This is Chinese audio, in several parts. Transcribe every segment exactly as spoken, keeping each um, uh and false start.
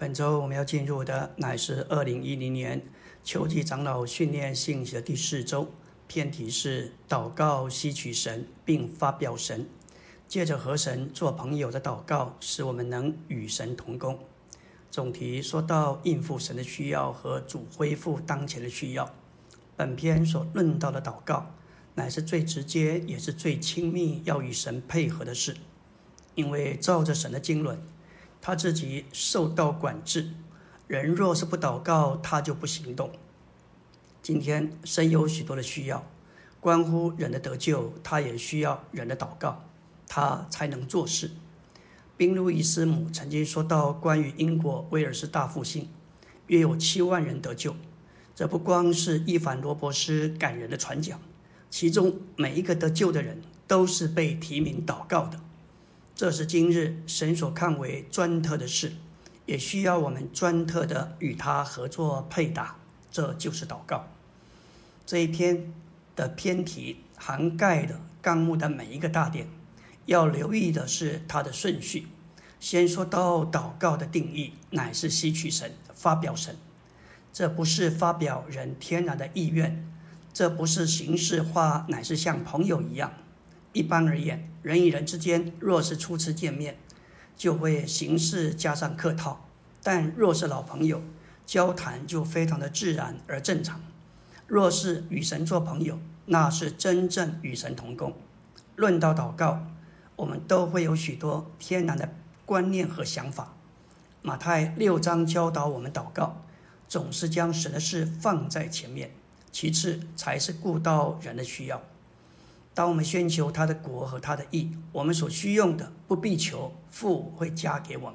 本周我们要进入的乃是二零一零年秋季长老训练信息的第四周，篇题是祷告吸取神并发表神。借着和神做朋友的祷告，使我们能与神同工。总题说到应付神的需要和主恢复当前的需要。本篇所论到的祷告，乃是最直接也是最亲密要与神配合的事，因为照着神的经纶，他自己受到管制，人若是不祷告，他就不行动。今天神有许多的需要，关乎人的得救，他也需要人的祷告，他才能做事。宾路易斯姆曾经说到，关于英国威尔士大复兴，约有七万人得救。这不光是伊凡罗伯斯感人的传讲，其中每一个得救的人都是被提名祷告的。这是今日神所看为专特的事，也需要我们专特的与他合作配搭，这就是祷告。这一篇的篇题涵盖了纲目的每一个大点，要留意的是它的顺序。先说到祷告的定义，乃是吸取神，发表神。这不是发表人天然的意愿，这不是形式化，乃是像朋友一样。一般而言，人与人之间若是初次见面，就会形式加上客套，但若是老朋友，交谈就非常的自然而正常。若是与神做朋友，那是真正与神同工。论到祷告，我们都会有许多天然的观念和想法。马太六章教导我们祷告，总是将神的事放在前面，其次才是顾到人的需要。当我们宣求他的国和他的义，我们所需用的不必求，父会加给我们。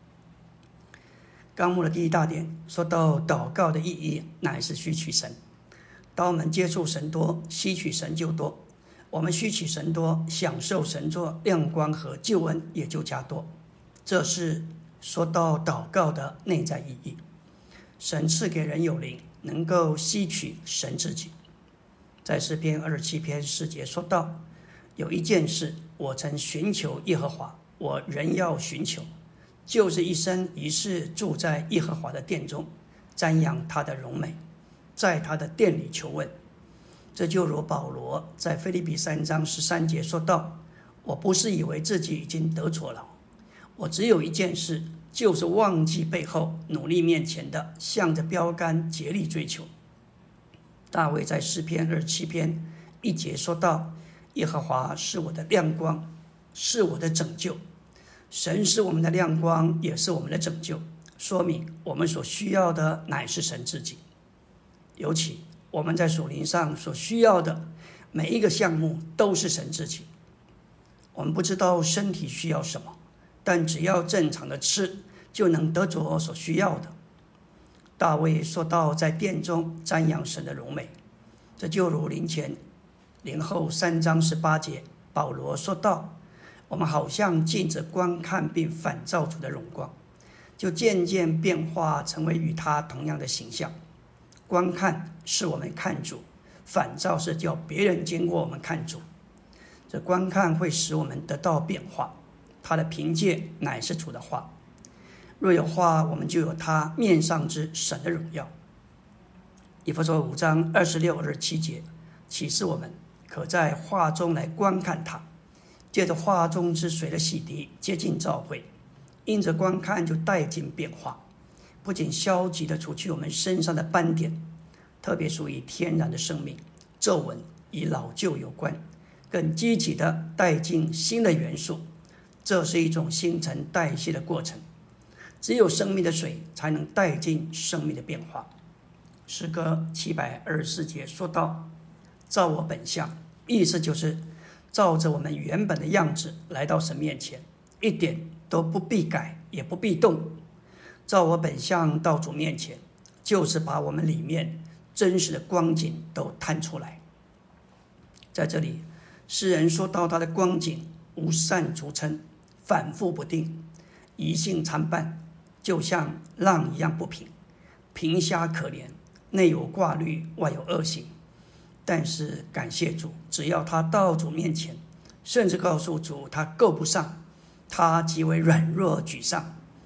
纲目的第一大点说到祷告的意义，乃是吸取神。当我们接触神多，吸取神就多。我们吸取神多，享受神作亮光和救恩也就加多。这是说到祷告的内在意义。神赐给人有灵，能够吸取神自己。在诗篇二十七篇四节说到，有一件事我曾寻求耶和华，我仍要寻求，就是一生一世住在耶和华的殿中，瞻仰他的荣美，在他的殿里求问。这就如保罗在腓立比三章十三节说到，我不是以为自己已经得着了，我只有一件事，就是忘记背后，努力面前的，向着标杆竭力追求。大卫在诗篇二十七篇一节说到，耶和华是我的亮光，是我的拯救。神是我们的亮光，也是我们的拯救，说明我们所需要的乃是神自己。尤其我们在属灵上所需要的每一个项目都是神自己。我们不知道身体需要什么，但只要正常的吃，就能得着所需要的。大卫说到，在殿中瞻仰神的荣美，这就如林前林后三章十八节，保罗说到，我们好像镜子观看并反照主的荣光，就渐渐变化成为与他同样的形象。观看是我们看主，反照是叫别人经过我们看主。这观看会使我们得到变化，他的凭借乃是主的话。若有话，我们就有他面上之神的荣耀。以弗所五章二十六、二十七节启示我们，可在话中来观看他，借着话中之水的洗涤，接近召会，因着观看就带进变化，不仅消极的除去我们身上的斑点，特别属于天然的生命皱纹与老旧有关，更积极的带进新的元素。这是一种新陈代谢的过程，只有生命的水才能带进生命的变化。诗歌七百二十四节说到，照我本相，意思就是照着我们原本的样子来到神面前，一点都不必改也不必动。照我本相到主面前，就是把我们里面真实的光景都摊出来。在这里，诗人说到他的光景无善足称，反复不定，疑性参半，就像浪一样不平，贫瞎可怜，内有挂虑，外有恶行。但是感谢主，只要他到主面前，甚至告诉主他够不上，他极为软弱沮丧，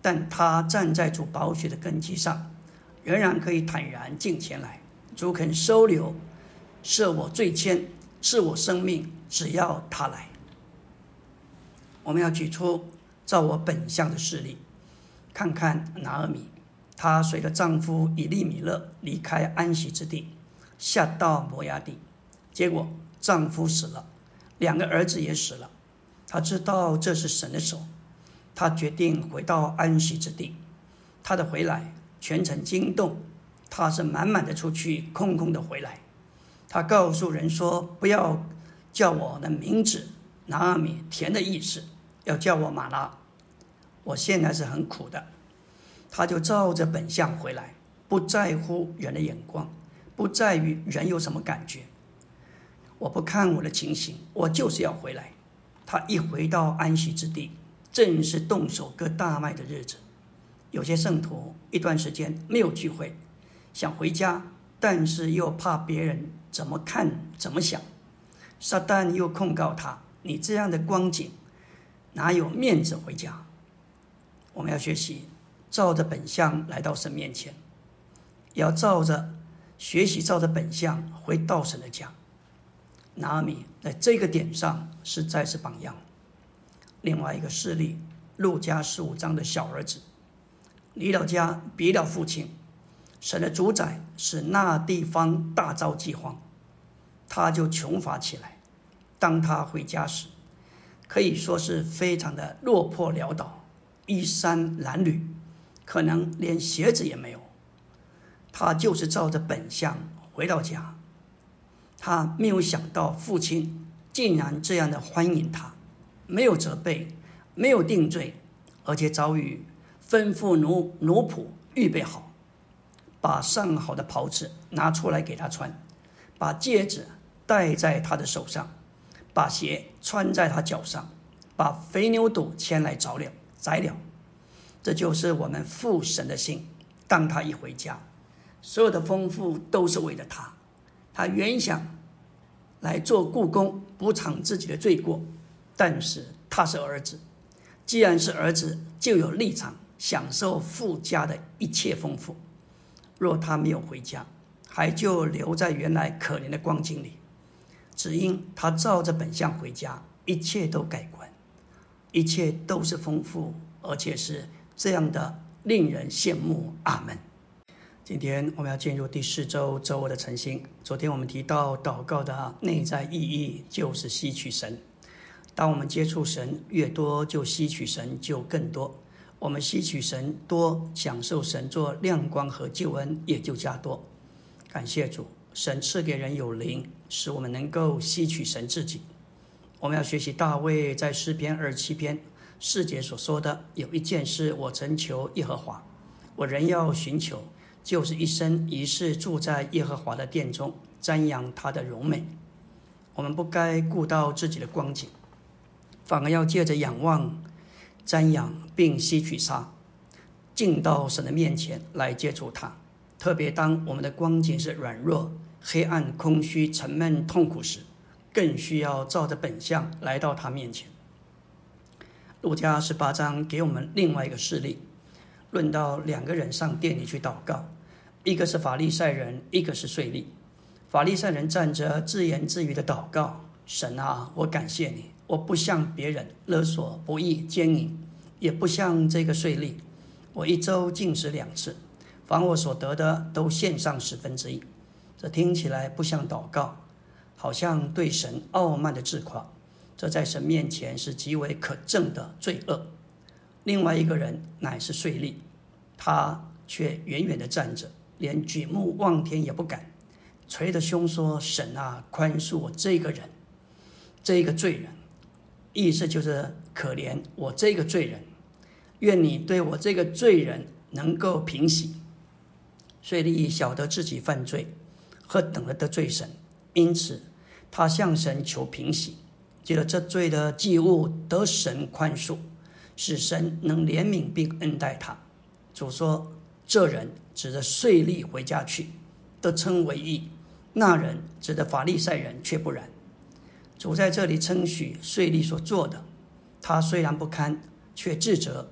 但他站在主宝血的根基上，仍然可以坦然进前来。主肯收留，赦我罪愆，赐我生命，只要他来。我们要举出照我本相的事例，看看拿俄米，她随着丈夫以利米勒离开安息之地，下到摩押地，结果丈夫死了，两个儿子也死了。她知道这是神的手，她决定回到安息之地。她的回来全城惊动，她是满满的出去，空空的回来。她告诉人说，不要叫我的名字拿俄米，甜的意思，要叫我玛拉，我现在是很苦的。他就照着本相回来，不在乎人的眼光，不在于人有什么感觉。我不看我的情形，我就是要回来。他一回到安息之地，正是动手割大麦的日子。有些圣徒一段时间没有聚会，想回家，但是又怕别人怎么看怎么想。撒旦又控告他，你这样的光景哪有面子回家？我们要学习照着本相来到神面前，也要照着学习照着本相回到神的家。拿俄米在这个点上实在是榜样。另外一个事例，路加十五章的小儿子离了家，别了父亲，神的主宰使那地方大遭饥荒，他就穷乏起来。当他回家时，可以说是非常的落魄潦倒，衣衫褴褛，可能连鞋子也没有。他就是照着本相回到家，他没有想到父亲竟然这样的欢迎他，没有责备，没有定罪，而且早已吩咐奴奴仆预备好，把上好的袍子拿出来给他穿，把戒指戴在他的手上，把鞋穿在他脚上，把肥牛肚牵来宰了宰了。这就是我们父神的心。当他一回家，所有的丰富都是为了他。他原想来做雇工，补偿自己的罪过，但是他是儿子，既然是儿子，就有立场享受父家的一切丰富。若他没有回家，还就留在原来可怜的光景里。只因他照着本相回家，一切都改观，一切都是丰富，而且是这样的令人羡慕。阿们。今天我们要进入第四周周二的晨星。昨天我们提到祷告的内在意义就是吸取神。当我们接触神越多，就吸取神就更多。我们吸取神多，享受神做亮光和救恩也就加多。感谢主，神赐给人有灵，使我们能够吸取神自己。我们要学习大卫在诗篇二十七篇四节所说的，有一件事我曾求耶和华，我仍要寻求，就是一生一世住在耶和华的殿中，瞻仰他的荣美。我们不该顾到自己的光景，反而要借着仰望、瞻仰并吸取他，进到神的面前来接触他。特别当我们的光景是软弱、黑暗、空虚、沉闷、痛苦时，更需要照着本相来到他面前。路加十八章给我们另外一个事例，论到两个人上殿里去祷告，一个是法利赛人，一个是税吏。法利赛人站着自言自语的祷告，神啊，我感谢你，我不像别人勒索、不义、奸淫，也不像这个税吏，我一周禁食两次，凡我所得的都献上十分之一。这听起来不像祷告，好像对神傲慢的自夸，这在神面前是极为可憎的罪恶。另外一个人乃是税吏，他却远远地站着，连举目望天也不敢，捶着胸说，神啊，宽恕我这个人，这个罪人。意思就是可怜我这个罪人，愿你对我这个罪人能够平息。税吏晓得自己犯罪，何等的得罪神，因此他向神求平息，借着这罪的祭物得神宽恕，使神能怜悯并恩待他。主说，这人指着税吏回家去，得称为义；那人指着法利赛人却不然。主在这里称许税吏所做的，他虽然不堪，却自责，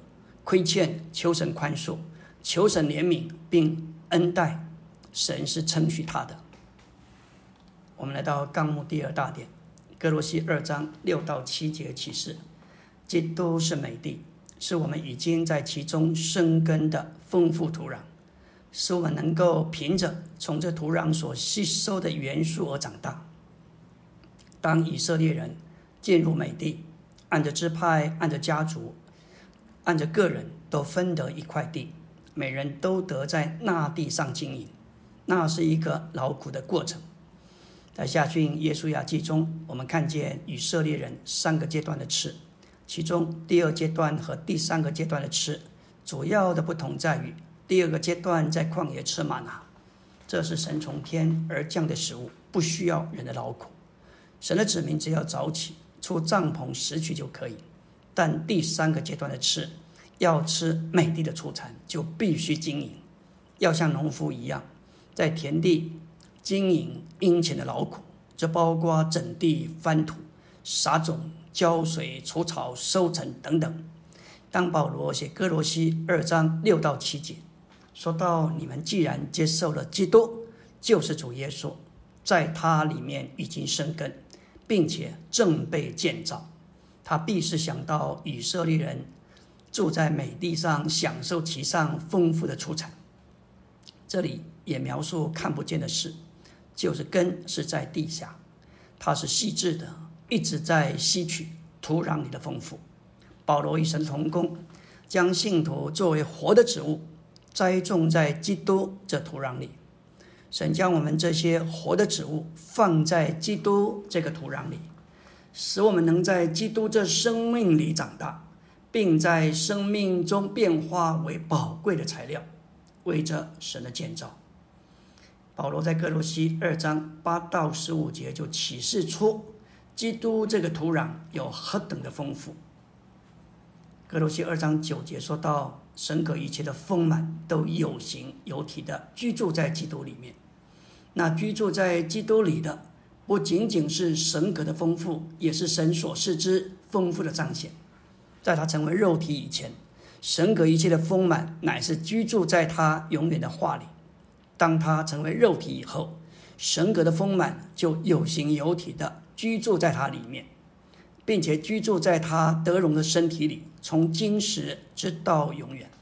亏欠，求神宽恕，求神怜悯并恩待，神是称许他的。我们来到纲目第二大点，哥罗西二章六到七节启示，基督是美地，是我们已经在其中生根的丰富土壤，使我们能够凭着从这土壤所吸收的元素而长大。当以色列人进入美地，按着支派，按着家族，按着个人都分得一块地，每人都得在那地上经营，那是一个劳苦的过程。在下训耶稣亚记中，我们看见以色列人三个阶段的吃，其中第二阶段和第三个阶段的吃主要的不同在于，第二个阶段在旷野吃玛拿，这是神从天而降的食物，不需要人的劳苦，神的子民只要早起出帐篷拾取就可以。但第三个阶段的吃，要吃美地的出产，就必须经营，要像农夫一样在田地经营殷勤的劳苦，这包括整地、翻土、撒种、浇水、除草、收成等等。当保罗写哥罗西二章六到七节，说到你们既然接受了基督，就是主耶稣，在他里面已经生根，并且正被建造，他必是想到以色列人住在美地上，享受其上丰富的出产。这里也描述看不见的事，就是根是在地下，它是细致的，一直在吸取土壤里的丰富。保罗与神同工，将信徒作为活的植物栽种在基督这土壤里。神将我们这些活的植物放在基督这个土壤里，使我们能在基督这生命里长大，并在生命中变化为宝贵的材料，为着神的建造。保罗在哥罗西二章八到十五节就启示出基督这个土壤有何等的丰富。哥罗西二章九节说到，神给一切的丰满都有形有体的居住在基督里面。那居住在基督里的，不仅仅是神格的丰富，也是神所示之丰富的彰显。在他成为肉体以前，神格一切的丰满乃是居住在他永远的话里。当他成为肉体以后，神格的丰满就有形有体的居住在他里面，并且居住在他得荣的身体里，从今时直到永远。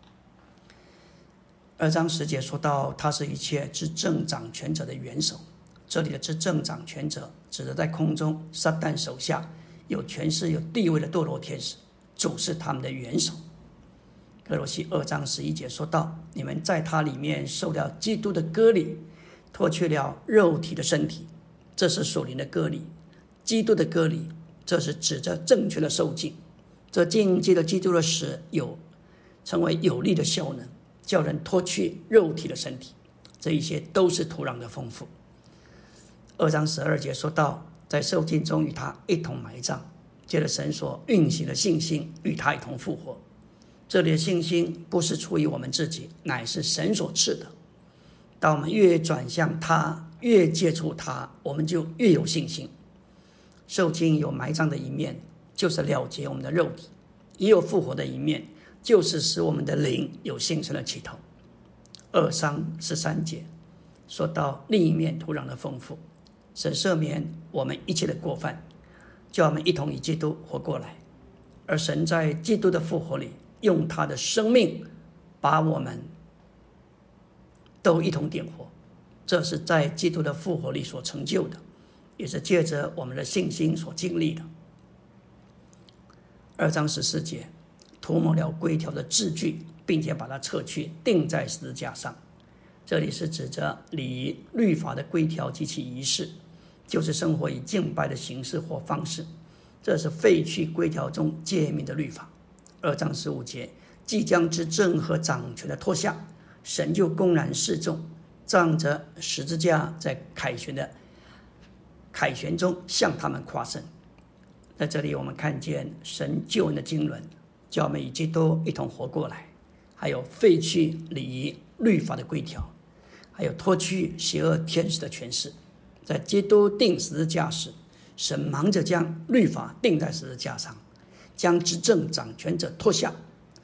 二章十节说到，他是一切执政掌权者的元首。这里的执政掌权者指的在空中撒旦手下有权势有地位的堕落天使，主是他们的元首。哥罗西二章十一节说到，你们在他里面受了基督的割礼，脱去了肉体的身体，这是属灵的割礼。基督的割礼，这是指着正确的受尽，这禁忌了基督的死，有成为有力的效能，叫人脱去肉体的身体。这一些都是土壤的丰富。二章十二节说到，在受尽中与他一同埋葬，借着神所运行的信心与他一同复活。这里的信心不是出于我们自己，乃是神所赐的。当我们越转向他，越接触他，我们就越有信心。受尽有埋葬的一面，就是了结我们的肉体；也有复活的一面，就是使我们的灵有新生的起头。二章十三节说到另一面土壤的丰富，神赦免我们一切的过犯，叫我们一同与基督活过来。而神在基督的复活里，用他的生命把我们都一同点活，这是在基督的复活里所成就的，也是借着我们的信心所经历的。二章十四节，涂抹了规条的字句，并且把它撤去，钉在十字架上。这里是指着礼仪律法的规条及其仪式，就是生活以敬拜的形式或方式，这是废去规条中诫命的律法。二章十五节，即将执政和掌权的脱下，神就公然示众，仗着十字架在凯旋的凯旋中向他们夸胜。在这里我们看见神救恩的经纶，叫我们与基督一同活过来，还有废去礼仪律法的规条，还有脱去邪恶天使的权势。在基督钉十字架时，神忙着将律法钉在十字架上，将执政掌权者脱下，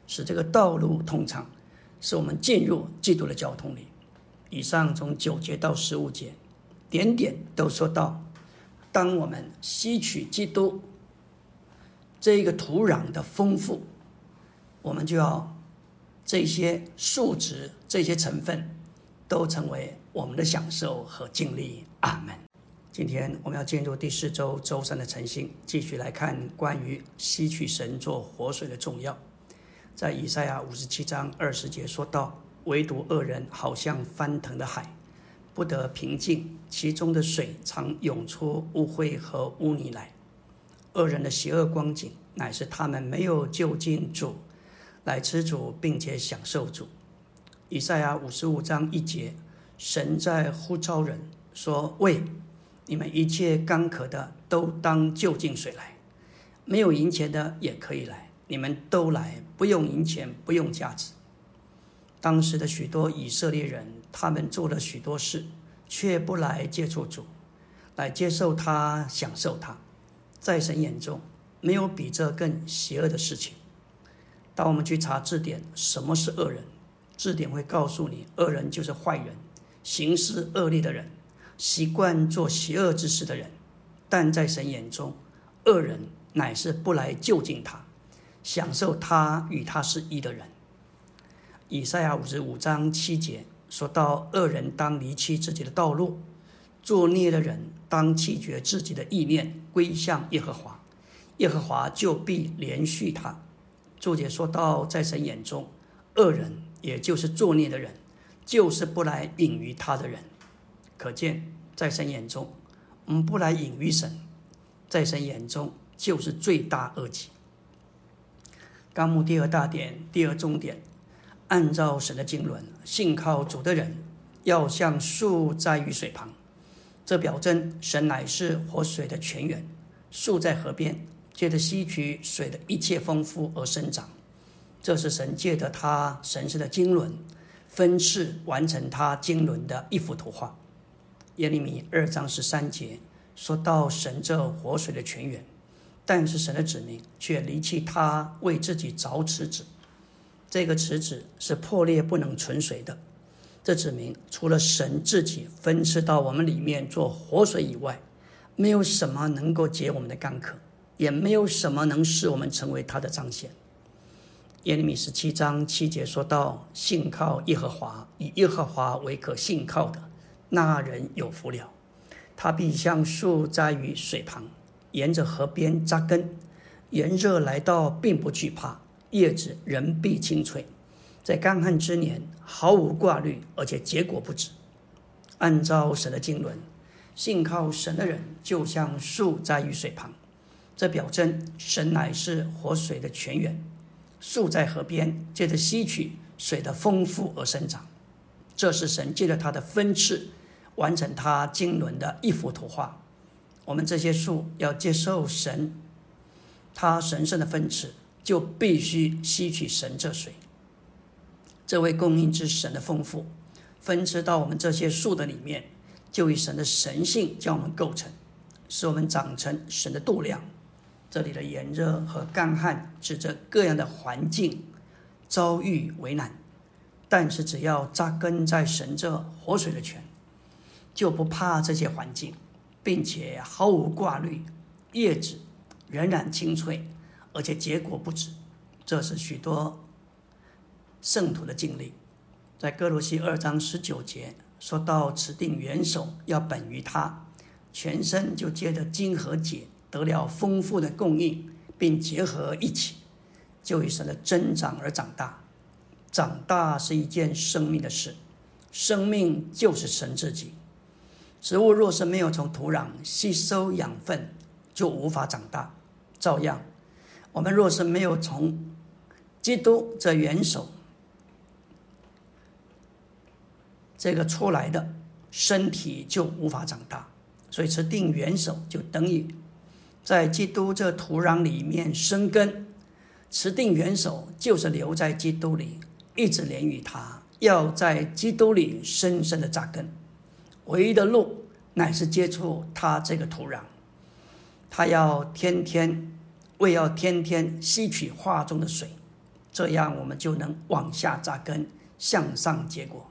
使这个道路通畅，使我们进入基督的交通里。以上从九节到十五节，点点都说到，当我们吸取基督这一个土壤的丰富，我们就要这些素质、这些成分都成为我们的享受和经历。阿们。今天我们要进入第四周周三的晨星，继续来看关于吸取神作活水的重要。在以赛亚五十七章二十节说到，唯独恶人好像翻腾的海，不得平静，其中的水常涌出污秽和污泥来。恶人的邪恶光景，乃是他们没有就近主来吃主，并且享受主。以赛亚五十五章一节，神在呼召人说，喂，你们一切干渴的都当就近水来，没有银钱的也可以来，你们都来，不用银钱，不用价值。当时的许多以色列人，他们做了许多事，却不来接触主，来接受他，享受他。在神眼中，没有比这更邪恶的事情。当我们去查字典，什么是恶人？字典会告诉你，恶人就是坏人，行事恶劣的人，习惯做邪恶之事的人。但在神眼中，恶人乃是不来就近他，享受他与他是一的人。以赛亚五十五章七节说到，恶人当离弃自己的道路，作孽的人当弃绝自己的意念，归向耶和华，耶和华就必连续他。注解说到，在神眼中，恶人也就是作孽的人，就是不来隐于他的人。可见在神眼中，我们不来隐于神，在神眼中就是罪大恶极。纲目第二大点，第二重点，按照神的经纶，信靠主的人要像树栽于水旁，这表征神乃是活水的泉源，树在河边，借着吸取水的一切丰富而生长。这是神借着他神圣的经纶分次完成他经纶的一幅图画。耶利米二章十三节说到神这活水的泉源，但是神的子民却离弃他，为自己凿池子。这个池子是破裂不能存水的。这指明除了神自己分赐到我们里面做活水以外，没有什么能够解我们的干渴，也没有什么能使我们成为他的彰显。耶利米十七章七节说到，信靠耶和华，以耶和华为可信靠的，那人有福了。他必像树栽于水旁，沿着河边扎根，炎热来到并不惧怕，叶子仍必青翠，在干旱之年毫无挂虑，而且结果不止。按照神的经纶，信靠神的人就像树栽于水旁，这表征神乃是活水的泉源，树在河边，借着吸取水的丰富而生长。这是神借着他的分赐完成他经纶的一幅图画。我们这些树要接受神他神圣的分赐，就必须吸取神这水。这位供应之神的丰富分赐到我们这些树的里面，就以神的神性将我们构成，使我们长成神的度量。这里的炎热和干旱指着各样的环境遭遇为难，但是只要扎根在神这活水的泉，就不怕这些环境，并且毫无挂虑，叶子仍然青翠，而且结果不止。这是许多圣徒的经历。在哥罗西二章十九节说到，持定元首要本于他，全身就接着筋和血得了丰富的供应，并结合一起，就以神的增长而长大。长大是一件生命的事，生命就是神自己。植物若是没有从土壤吸收养分，就无法长大。照样，我们若是没有从基督这元首这个出来的，身体就无法长大。所以持定元首就等于在基督这土壤里面生根，持定元首就是留在基督里，一直连于他，要在基督里深深的扎根。唯一的路乃是接触他这个土壤，他要天天为要天天吸取画中的水， 这样我们就能往下扎根，向上结果。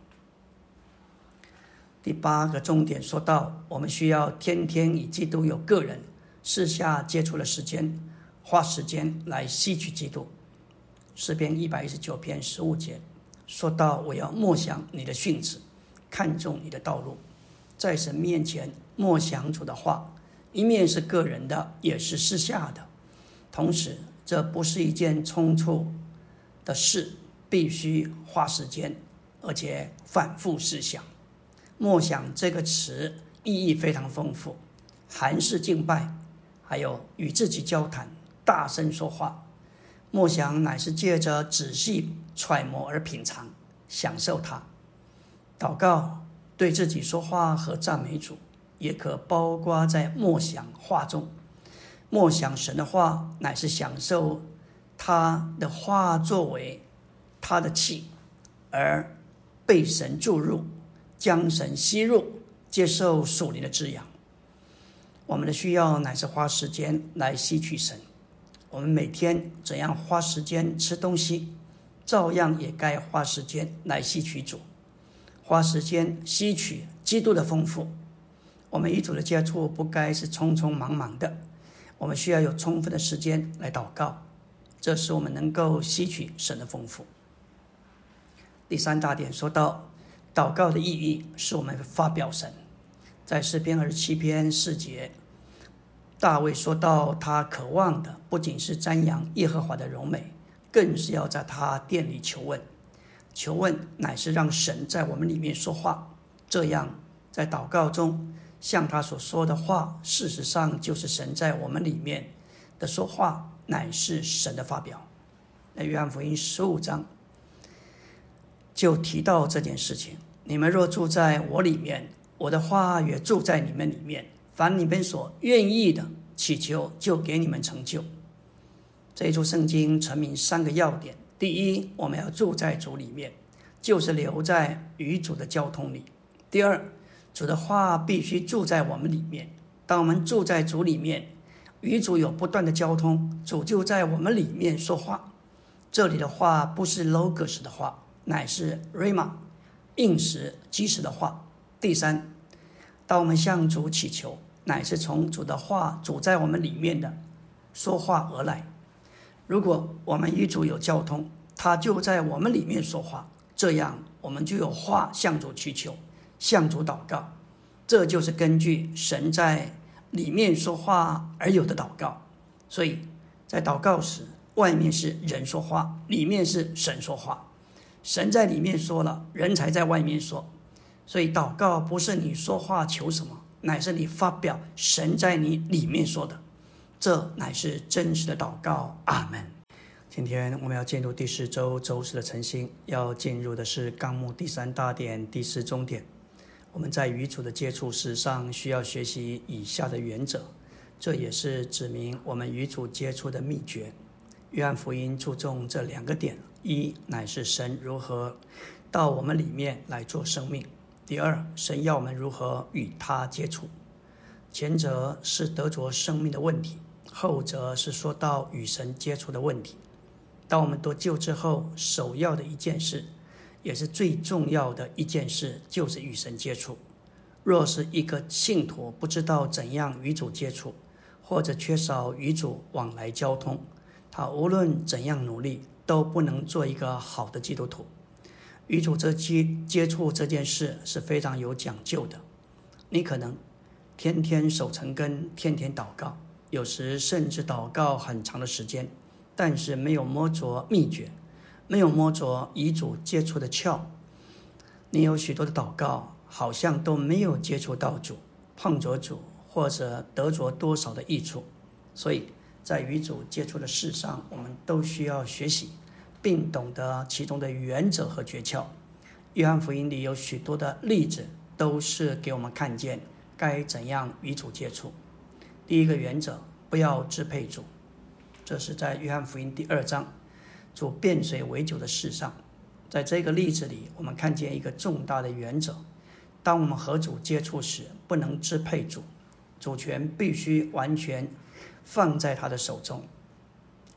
第八个重点说到，我们需要天天与基督有个人私下接触的时间，花时间来吸取基督。诗篇一百一十九篇十五节说到，我要默想你的训词，看重你的道路，在神面前默想主的话，一面是个人的，也是私下的。同时这不是一件冲突的事，必须花时间，而且反复思想。默想这个词意义非常丰富，含是敬拜，还有与自己交谈，大声说话。默想乃是借着仔细揣摩而品尝，享受它。祷告对自己说话和赞美主，也可包括在默想话中。默想神的话，乃是享受他的话作为他的气，而被神注入，将神吸入，接受属灵的滋养。我们的需要乃是花时间来吸取神。我们每天怎样花时间吃东西，照样也该花时间来吸取主，花时间吸取基督的丰富。我们与主的接触不该是匆匆忙忙的，我们需要有充分的时间来祷告，这使我们能够吸取神的丰富。第三大点说到，祷告的意义是我们发表神。在诗篇二十七篇四节，大卫说到，他渴望的不仅是瞻仰耶和华的荣美，更是要在他殿里求问。求问乃是让神在我们里面说话，这样在祷告中向他所说的话，事实上就是神在我们里面的说话，乃是神的发表。那约翰福音十五章就提到这件事情，你们若住在我里面，我的话也住在你们里面，凡你们所愿意的祈求，就给你们成就。这一处圣经阐明三个要点。第一，我们要住在主里面，就是留在与主的交通里。第二，主的话必须住在我们里面，当我们住在主里面，与主有不断的交通，主就在我们里面说话。这里的话不是 logos 的话，乃是 rhema 应时即时的话。第三，当我们向主祈求，乃是从主的话主在我们里面的说话而来。如果我们与主有交通，他就在我们里面说话，这样我们就有话向主祈求，向主祷告。这就是根据神在里面说话而有的祷告。所以在祷告时，外面是人说话，里面是神说话。神在里面说了，人才在外面说。所以祷告不是你说话求什么，乃是你发表神在你里面说的，这乃是真实的祷告。阿们。今天我们要进入第四周周四的晨星，要进入的是纲目第三大点第四中点。我们在与主的接触史上需要学习以下的原则，这也是指明我们与主接触的秘诀。约翰福音注重这两个点：一乃是神如何到我们里面来做生命；第二，神要我们如何与他接触。前者是得着生命的问题，后者是说到与神接触的问题。当我们得救之后，首要的一件事，也是最重要的一件事，就是与神接触。若是一个信徒不知道怎样与主接触，或者缺少与主往来交通，他无论怎样努力，都不能做一个好的基督徒。与主这接接触这件事是非常有讲究的。你可能天天守晨更，天天祷告，有时甚至祷告很长的时间，但是没有摸着秘诀，没有摸着与主接触的窍。你有许多的祷告，好像都没有接触到主，碰着主，或者得着多少的益处。所以在与主接触的事上，我们都需要学习，并懂得其中的原则和诀窍。约翰福音里有许多的例子，都是给我们看见该怎样与主接触。第一个原则，不要支配主，这是在约翰福音第二章主变水为酒的事上。在这个例子里，我们看见一个重大的原则：当我们和主接触时，不能支配主，主权必须完全放在他的手中。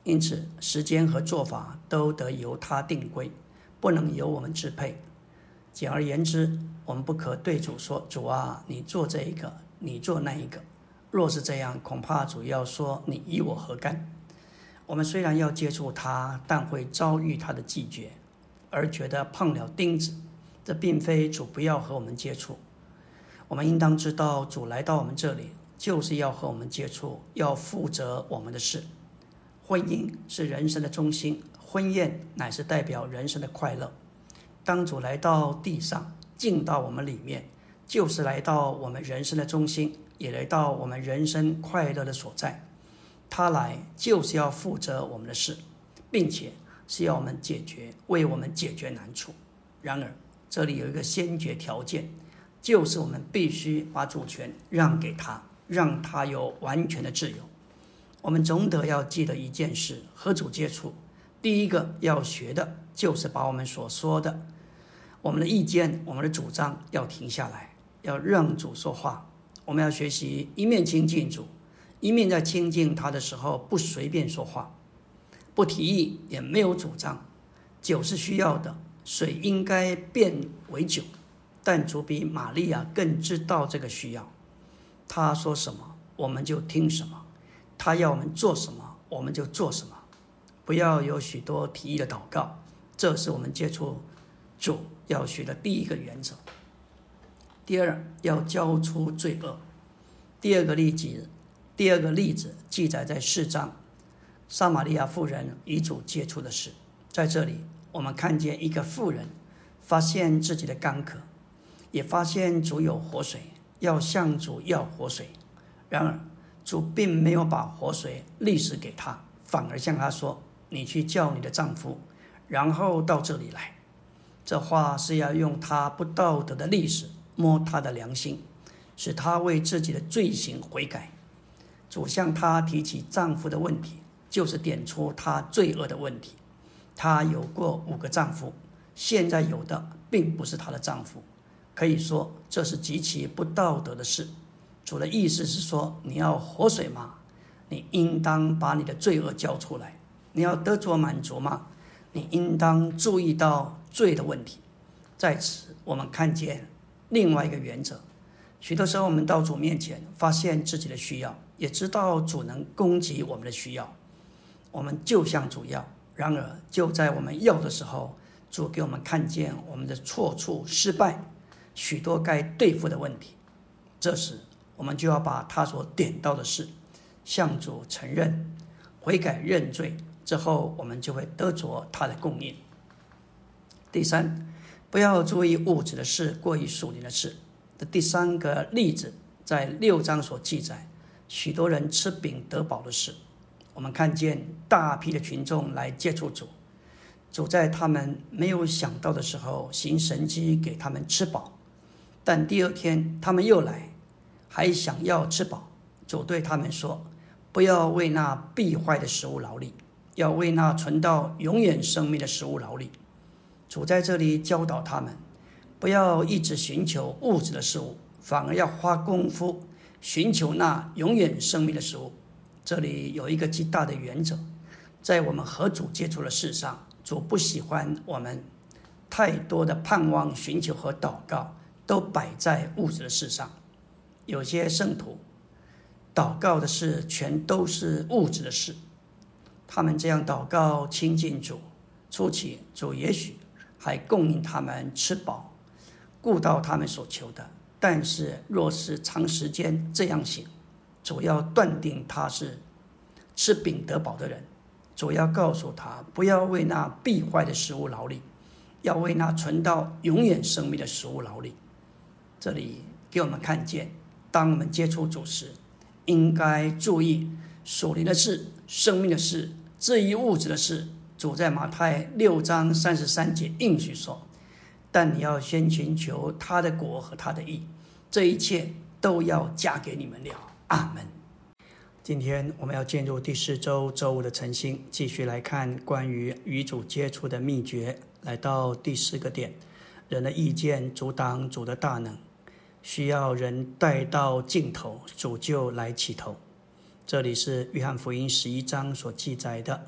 因此时间和做法都得由他定规，不能由我们支配。简而言之，我们不可对主说：“主啊，你做这一个，你做那一个。”若是这样，恐怕主要说：“你与我何干？”我们虽然要接触他，但会遭遇他的拒绝，而觉得碰了钉子。这并非主不要和我们接触。我们应当知道，主来到我们这里，就是要和我们接触，要负责我们的事。婚姻是人生的中心，婚宴乃是代表人生的快乐。当主来到地上，进到我们里面，就是来到我们人生的中心，也来到我们人生快乐的所在。他来就是要负责我们的事，并且是要我们解决，为我们解决难处。然而这里有一个先决条件，就是我们必须把主权让给他，让他有完全的自由。我们总得要记得一件事，和主接触，第一个要学的就是把我们所说的，我们的意见，我们的主张要停下来，要让主说话。我们要学习一面亲近主，一面在亲近他的时候不随便说话，不提议，也没有主张。酒是需要的，水应该变为酒，但主比玛利亚更知道这个需要。他说什么，我们就听什么；他要我们做什么，我们就做什么。不要有许多提议的祷告，这是我们接触主要学的第一个原则。第二，要交出罪恶。第二个例子，第二个例子记载在四章，撒玛利亚妇人与主接触的事。在这里，我们看见一个妇人发现自己的干渴，也发现主有活水，要向主要活水。然而，主并没有把活水立时给她，反而向她说：“你去叫你的丈夫，然后到这里来。”这话是要用她不道德的历史摸她的良心，使她为自己的罪行悔改。主向她提起丈夫的问题，就是点出她罪恶的问题。她有过五个丈夫，现在有的并不是她的丈夫，可以说这是极其不道德的事。主的意思是说，你要活水吗？你应当把你的罪恶交出来。你要得着满足吗？你应当注意到罪的问题。在此我们看见另外一个原则，许多时候我们到主面前，发现自己的需要，也知道主能供给我们的需要，我们就向主要。然而就在我们要的时候，主给我们看见我们的错处、失败，许多该对付的问题。这时我们就要把他所点到的事向主承认，悔改认罪，之后我们就会得着他的供应。第三，不要注意物质的事过于属灵的事。这第三个例子在六章所记载，许多人吃饼得饱的事。我们看见大批的群众来接触主，主在他们没有想到的时候行神迹给他们吃饱，但第二天他们又来，还想要吃饱。主对他们说：“不要为那必坏的食物劳力，要为那存到永远生命的食物劳力。”主在这里教导他们，不要一直寻求物质的事物，反而要花功夫寻求那永远生命的食物。这里有一个极大的原则，在我们和主接触的事上，主不喜欢我们太多的盼望、寻求和祷告都摆在物质的事上。有些圣徒祷告的事全都是物质的事，他们这样祷告亲近主，初期主也许还供应他们吃饱，顾到他们所求的。但是若是长时间这样行，主要断定他是吃饼得饱的人。主要告诉他，不要为那必坏的食物劳力，要为那存到永远生命的食物劳力。这里给我们看见，当我们接触主时，应该注意属灵的事、生命的事。至于物质的事，主在马太六章三十三节应许说：“但你要先寻求他的国和他的义，这一切都要加给你们了。”阿们。今天我们要进入第四周周五的晨星，继续来看关于与主接触的秘诀。来到第四个点，人的意见阻挡主的大能，需要人带到尽头，主就来起头。这里是约翰福音十一章所记载的，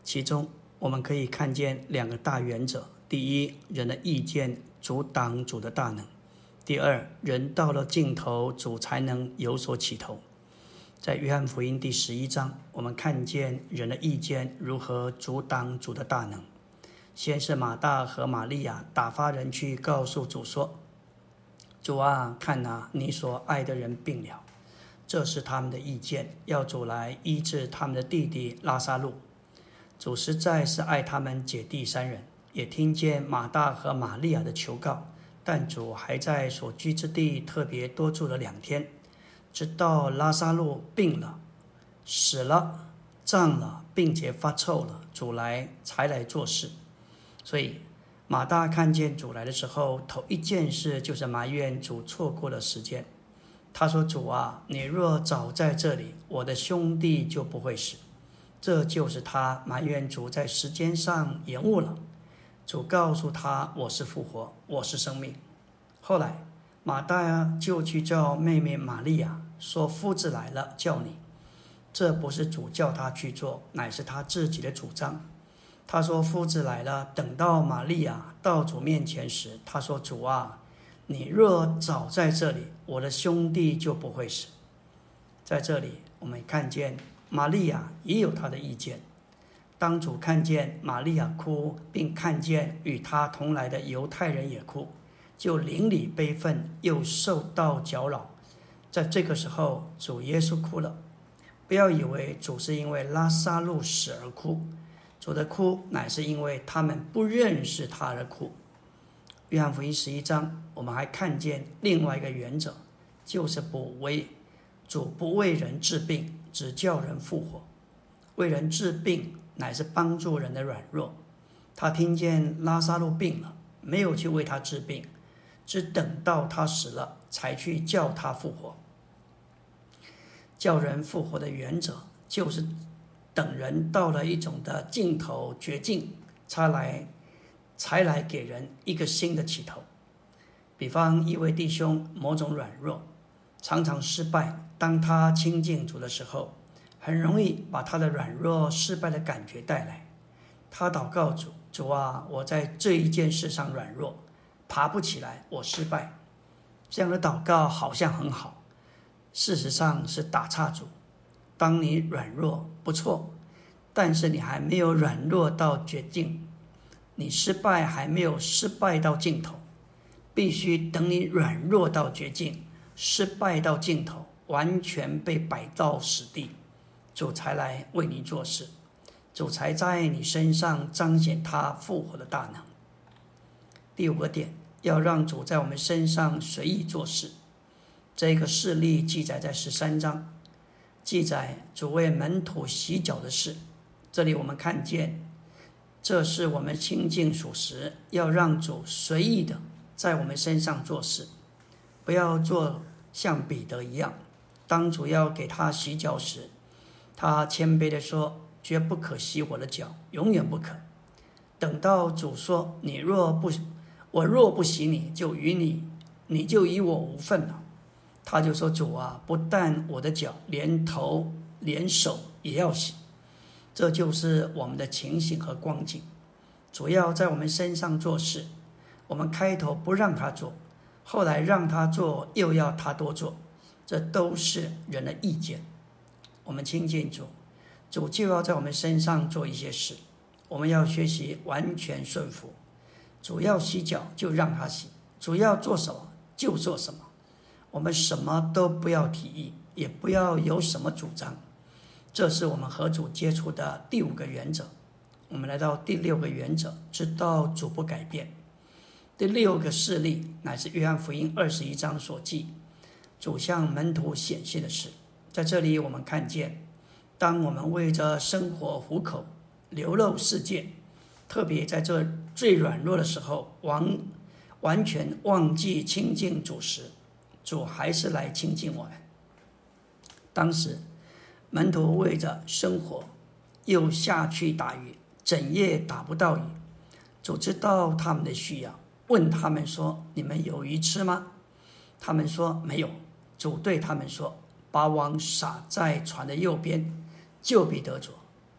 其中我们可以看见两个大原则：第一，人的意见阻挡主的大能；第二，人到了尽头，主才能有所起头。在约翰福音第十一章，我们看见人的意见如何阻挡主的大能。先是马大和玛利亚打发人去告诉主说：主啊，看哪，你所爱的人病了。这是他们的意见，要主来医治他们的弟弟拉撒路。主实在是爱他们姐弟三人，也听见马大和玛利亚的求告，但主还在所居之地特别多住了两天，直到拉撒路病了、死了、胀了，并且发臭了，主来才来做事。所以马大看见主来的时候，头一件事就是埋怨主错过了时间。他说：主啊，你若早在这里，我的兄弟就不会死。这就是他埋怨主在时间上延误了。主告诉他：我是复活，我是生命。后来马大就去叫妹妹玛利亚，说：夫子来了，叫你。这不是主叫他去做，乃是他自己的主张。他说：夫子来了。等到玛利亚到主面前时，他说：主啊，你若早在这里，我的兄弟就不会死。在这里我们看见玛利亚也有她的意见。当主看见玛利亚哭，并看见与她同来的犹太人也哭，就邻里悲愤，又受到搅扰。在这个时候，主耶稣哭了。不要以为主是因为拉撒路死而哭，主的哭乃是因为他们不认识他而哭。约翰福音十一章，我们还看见另外一个原则，就是不为主不为人治病，只叫人复活。为人治病乃是帮助人的软弱。他听见拉撒路病了，没有去为他治病，只等到他死了才去叫他复活。叫人复活的原则，就是等人到了一种的尽头绝境，才来才来给人一个新的起头。比方一位弟兄某种软弱，常常失败，当他亲近主的时候，很容易把他的软弱失败的感觉带来。他祷告主：主啊，我在这一件事上软弱，爬不起来，我失败。这样的祷告好像很好，事实上是打岔主。当你软弱不错，但是你还没有软弱到绝境，你失败还没有失败到尽头，必须等你软弱到绝境，失败到尽头，完全被摆到死地，主才来为你做事，主才在你身上彰显他复活的大能。第五个点，要让主在我们身上随意做事。这个事例记载在十三章，记载主为门徒洗脚的事。这里我们看见，这是我们亲近属实，要让主随意的在我们身上做事，不要做像彼得一样，当主要给他洗脚时，他谦卑的说：绝不可洗我的脚，永远不可。等到主说：你若不我若不洗你，就与你你就与我无份了。他就说：主啊，不但我的脚，连头连手也要洗。这就是我们的情形和光景。主要在我们身上做事，我们开头不让他做，后来让他做，又要他多做，这都是人的意见。我们亲近主，主就要在我们身上做一些事，我们要学习完全顺服。主要洗脚就让他洗，主要做什么就做什么，我们什么都不要提议，也不要有什么主张。这是我们和主接触的第五个原则。我们来到第六个原则，知道主不改变。第六个事例乃是约翰福音二十一章所记，主向门徒显现的事。在这里我们看见，当我们为着生活糊口流露世界，特别在这最软弱的时候，完完全忘记亲近主时，主还是来亲近我们。当时门徒为着生活又下去打鱼，整夜打不到鱼。主知道他们的需要，问他们说：你们有鱼吃吗？他们说没有。主对他们说：把网撒在船的右边，就必得着。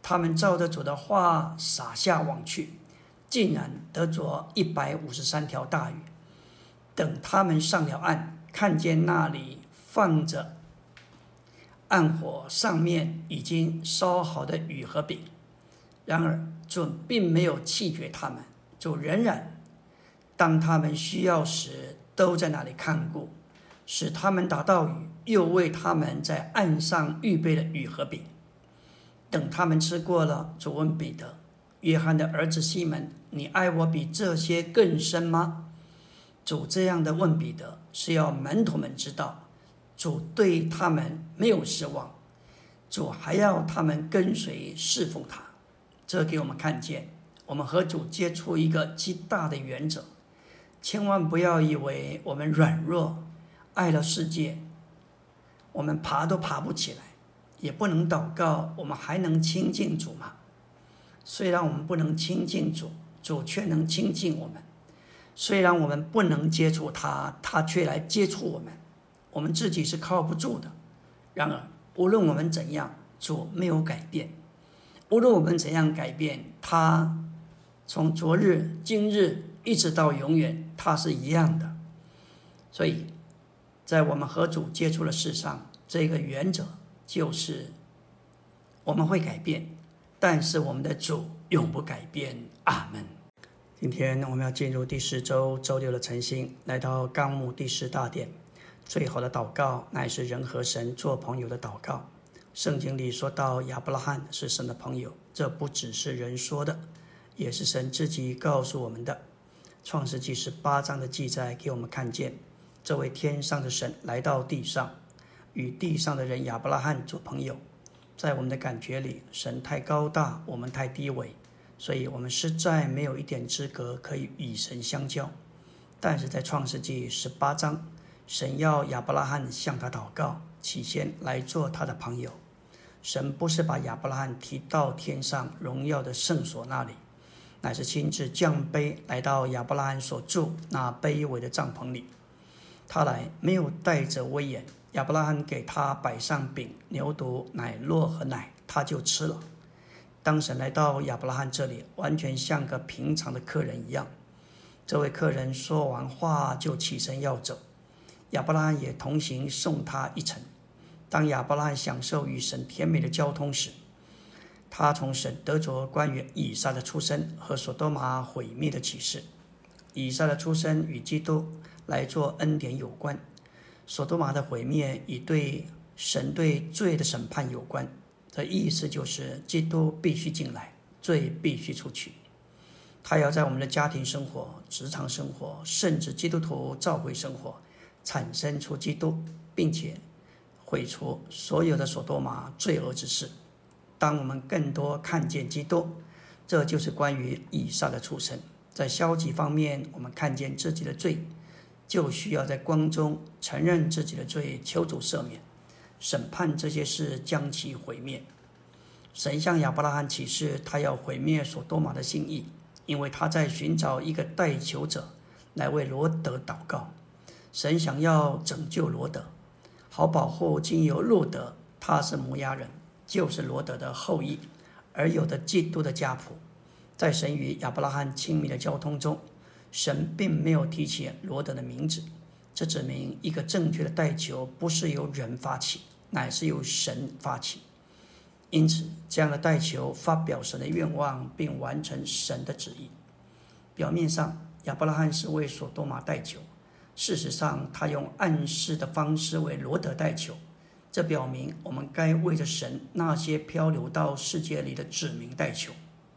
他们照着主的话撒下网去，竟然得着一百五十三条大鱼。等他们上了岸，看见那里放着暗火，上面已经烧好的鱼和饼。然而主并没有弃绝他们，主仍然当他们需要时都在那里看顾，使他们打到鱼，又为他们在岸上预备了鱼和饼。等他们吃过了，主问彼得：约翰的儿子西门，你爱我比这些更深吗？主这样的问彼得，是要门徒们知道主对他们没有失望，主还要他们跟随侍奉他。这给我们看见，我们和主接触一个极大的原则，千万不要以为我们软弱，爱了世界，我们爬都爬不起来，也不能祷告，我们还能亲近主吗？虽然我们不能亲近主，主却能亲近我们；虽然我们不能接触他，他却来接触我们。我们自己是靠不住的。然而无论我们怎样，主没有改变。无论我们怎样改变，他从昨日今日一直到永远，他是一样的。所以在我们和主接触的事上，这个原则就是我们会改变，但是我们的主永不改变。阿们。今天我们要进入第四周周六的晨星，来到纲目第四大点。最好的祷告乃是人和神做朋友的祷告。圣经里说到亚伯拉罕是神的朋友，这不只是人说的，也是神自己告诉我们的。创世纪十八章的记载给我们看见，这位天上的神来到地上，与地上的人亚伯拉罕做朋友。在我们的感觉里，神太高大，我们太低微，所以我们实在没有一点资格可以与神相交。但是在创世纪十八章，神要亚伯拉罕向他祷告，起先来做他的朋友。神不是把亚伯拉罕提到天上荣耀的圣所那里，乃是亲自降卑来到亚伯拉罕所住那卑微的帐篷里。他来没有带着威严，亚伯拉罕给他摆上饼、牛犊、奶酪和奶，他就吃了。当神来到亚伯拉罕这里，完全像个平常的客人一样。这位客人说完话就起身要走，亚伯拉罕也同行送他一程。当亚伯拉罕享受与神甜美的交通时，他从神得着关于以撒的出生和所多玛毁灭的启示。以撒的出生与基督来做恩典有关，所多玛的毁灭与对神对罪的审判有关。这意思就是基督必须进来，罪必须出去。他要在我们的家庭生活、职场生活，甚至基督徒教会生活产生出基督，并且毁除所有的所多玛罪恶之事。当我们更多看见基督，这就是关于以撒的出生。在消极方面，我们看见自己的罪，就需要在光中承认自己的罪，求主赦免，审判这些事，将其毁灭。神向亚伯拉罕启示，他要毁灭所多玛的心意，因为他在寻找一个代求者来为罗德祷告。神想要拯救罗德，好保护经由路德，他是摩押人，就是罗德的后裔，而有的基督的家谱。在神与亚伯拉罕亲密的交通中，神并没有提起罗德的名字，这指明一个正确的代求不是由人发起，乃是由神发起。因此这样的代求发表神的愿望，并完成神的旨意。表面上亚伯拉罕是为所多玛代求，事实上他用暗示的方式为罗德代求，这表明我们该为着神那些漂流到世界里的子民代求。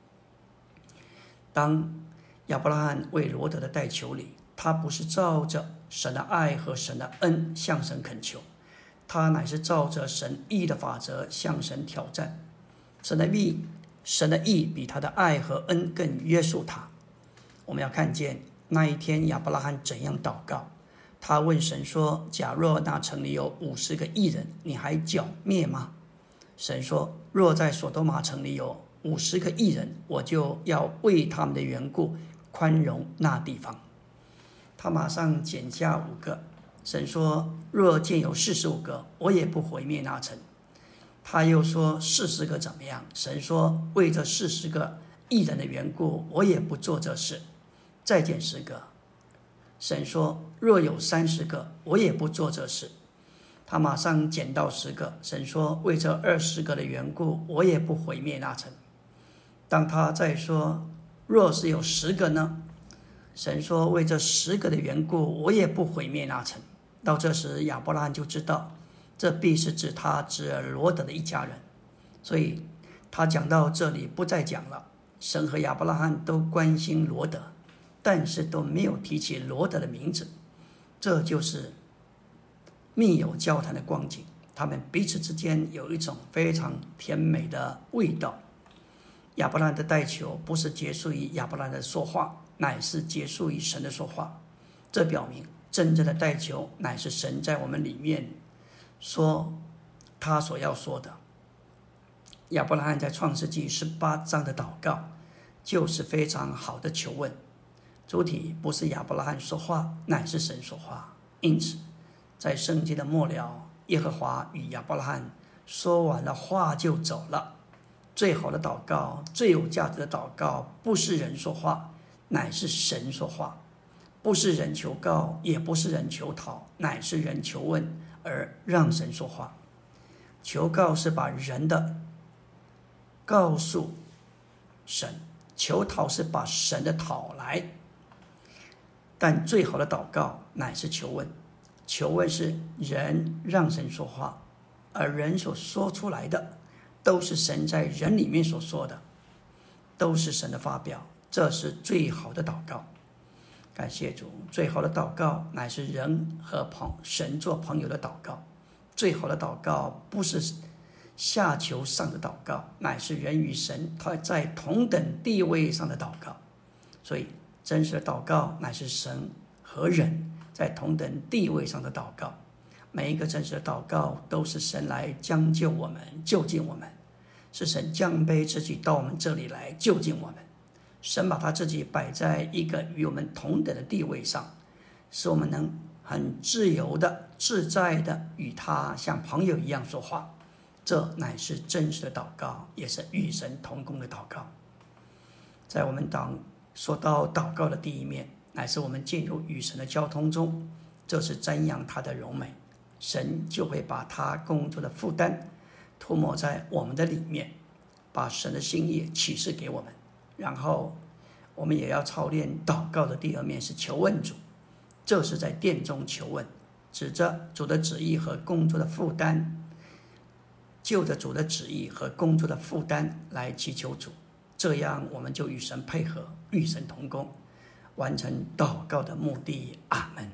当亚伯拉罕为罗德的代求里，他不是照着神的爱和神的恩向神恳求，他乃是照着神义的法则向神挑战。神的义，神的义比他的爱和恩更约束他。我们要看见那一天亚伯拉罕怎样祷告。他问神说，假若那城里有五十个义人，你还剿灭吗？神说，若在所多玛城里有五十个义人，我就要为他们的缘故宽容那地方。他马上减下五个。神说，若见有四十五个，我也不毁灭那城。 他又说四十个怎么样？神说为这四十个义人的缘故，我也不做这事。再减十个。神说若有三十个，我也不做这事。他马上减到十个。神说为这二十个的缘故，我也不毁灭那城。当他再说若是有十个呢？神说为这十个的缘故，我也不毁灭那城。到这时亚伯拉罕就知道这必是指他侄儿罗得的一家人，所以他讲到这里不再讲了。神和亚伯拉罕都关心罗得，但是都没有提起罗得的名字。这就是密友交谈的光景，他们彼此之间有一种非常甜美的味道。亚伯拉罕的代求不是结束于亚伯拉罕的说话，乃是结束于神的说话。这表明真正的代求乃是神在我们里面说他所要说的。亚伯拉罕在创世纪十八章的祷告就是非常好的求问，主体不是亚伯拉罕说话，乃是神说话。因此在圣经的末了，耶和华与亚伯拉罕说完了话就走了。最好的祷告，最有价值的祷告，不是人说话，乃是神说话。不是人求告，也不是人求讨，乃是人求问，而让神说话。求告是把人的告诉神，求讨是把神的讨来。但最好的祷告乃是求问。求问是人让神说话，而人所说出来的都是神在人里面所说的，都是神的发表，这是最好的祷告。感谢主，最好的祷告乃是人和朋神做朋友的祷告。最好的祷告不是下求上的祷告，乃是人与神在同等地位上的祷告。所以真实的祷告乃是神和人在同等地位上的祷告。每一个真实的祷告都是神来将就我们，就近我们，是神降卑自己到我们这里来就近我们。神把他自己摆在一个与我们同等的地位上，使我们能很自由的、自在的与他像朋友一样说话。这乃是真实的祷告，也是与神同工的祷告。在我们当说到祷告的第一面，乃是我们进入与神的交通中，这是瞻仰他的荣美，神就会把他工作的负担涂抹在我们的里面，把神的心意启示给我们。然后我们也要操练祷告的第二面，是求问主。这是在殿中求问，指着主的旨意和工作的负担，就着主的旨意和工作的负担来祈求主。这样我们就与神配合，与神同工，完成祷告的目的。阿们。